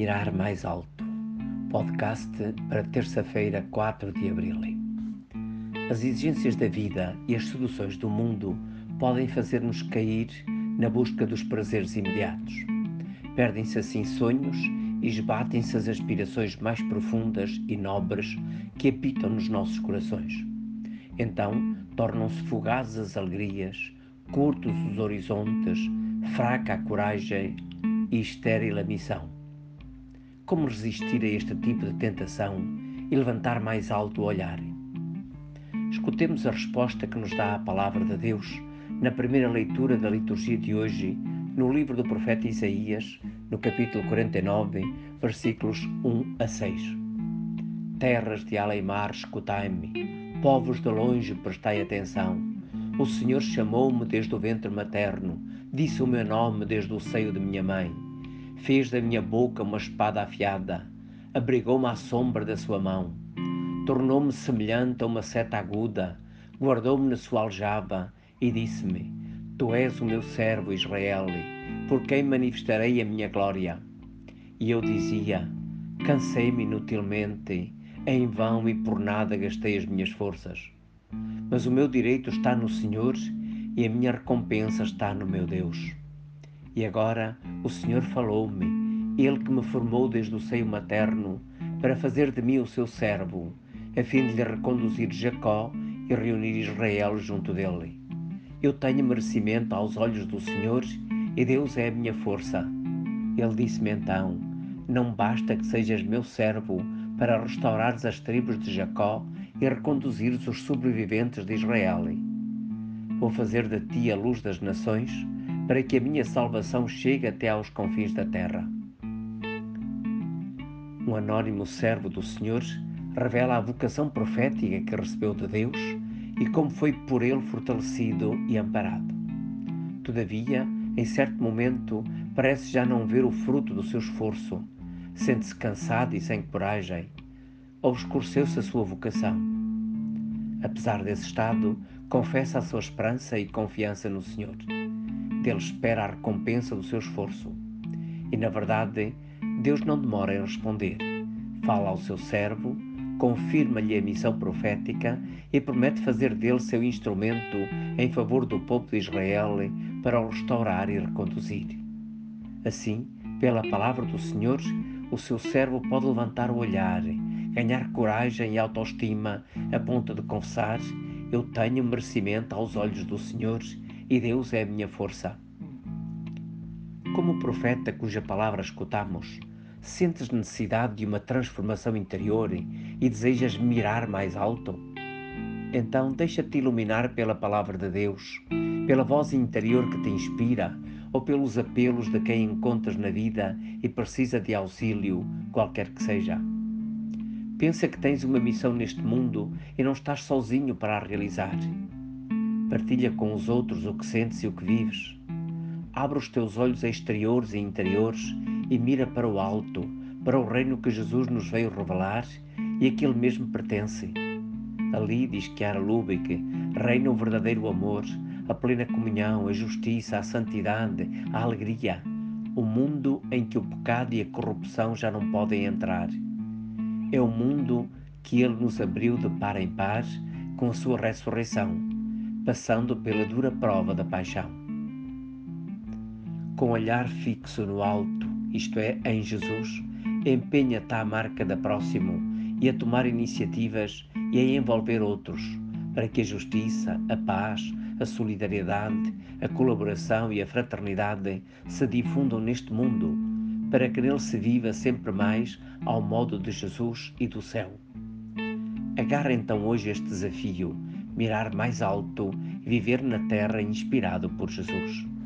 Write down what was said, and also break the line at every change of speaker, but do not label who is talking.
Mirar mais alto. Podcast para terça-feira, 4 de abril. As exigências da vida e as seduções do mundo podem fazer-nos cair na busca dos prazeres imediatos. Perdem-se assim sonhos e esbatem-se as aspirações mais profundas e nobres que habitam nos nossos corações. Então tornam-se fugazes as alegrias, curtos os horizontes, fraca a coragem e estéril a missão. Como resistir a este tipo de tentação e levantar mais alto o olhar? Escutemos a resposta que nos dá a palavra de Deus na primeira leitura da liturgia de hoje, no livro do profeta Isaías, no capítulo 49, versículos 1 a 6. Terras de além mar, escutai-me, povos de longe, prestai atenção. O Senhor chamou-me desde o ventre materno, disse o meu nome desde o seio de minha mãe. Fez da minha boca uma espada afiada, abrigou-me à sombra da sua mão. Tornou-me semelhante a uma seta aguda, guardou-me na sua aljava e disse-me: Tu és o meu servo Israel, por quem manifestarei a minha glória. E eu dizia: Cansei-me inutilmente, em vão e por nada gastei as minhas forças. Mas o meu direito está no Senhor e a minha recompensa está no meu Deus. E agora o Senhor falou-me, Ele que me formou desde o seio materno, para fazer de mim o seu servo, a fim de lhe reconduzir Jacó e reunir Israel junto dele. Eu tenho merecimento aos olhos do Senhor e Deus é a minha força. Ele disse-me então: Não basta que sejas meu servo para restaurares as tribos de Jacó e reconduzires os sobreviventes de Israel. Vou fazer de ti a luz das nações, para que a minha salvação chegue até aos confins da terra. Um anónimo servo do Senhor revela a vocação profética que recebeu de Deus e como foi por ele fortalecido e amparado. Todavia, em certo momento, parece já não ver o fruto do seu esforço, sente-se cansado e sem coragem. Obscureceu-se a sua vocação. Apesar desse estado, confessa a sua esperança e confiança no Senhor. Dele espera a recompensa do seu esforço. E, na verdade, Deus não demora em responder. Fala ao seu servo, confirma-lhe a missão profética e promete fazer dele seu instrumento em favor do povo de Israel para o restaurar e reconduzir. Assim, pela palavra do Senhor, o seu servo pode levantar o olhar, ganhar coragem e autoestima a ponto de confessar: Eu tenho merecimento aos olhos do Senhor e Deus é a minha força. Como o profeta cuja palavra escutamos, sentes necessidade de uma transformação interior e desejas mirar mais alto? Então deixa-te iluminar pela palavra de Deus, pela voz interior que te inspira ou pelos apelos de quem encontras na vida e precisa de auxílio, qualquer que seja. Pensa que tens uma missão neste mundo e não estás sozinho para a realizar. Partilha com os outros o que sentes e o que vives. Abre os teus olhos exteriores e interiores e mira para o alto, para o reino que Jesus nos veio revelar e a que Ele mesmo pertence. Ali, diz Chiara Lubick, reina o verdadeiro amor, a plena comunhão, a justiça, a santidade, a alegria, o mundo em que o pecado e a corrupção já não podem entrar. É o mundo que Ele nos abriu de par em par com a sua ressurreição, passando pela dura prova da paixão. Com olhar fixo no alto, isto é, em Jesus, empenha-te à marca da próximo e a tomar iniciativas e a envolver outros, para que a justiça, a paz, a solidariedade, a colaboração e a fraternidade se difundam neste mundo, para que nele se viva sempre mais ao modo de Jesus e do céu. Agarra então hoje este desafio, mirar mais alto e viver na terra inspirado por Jesus.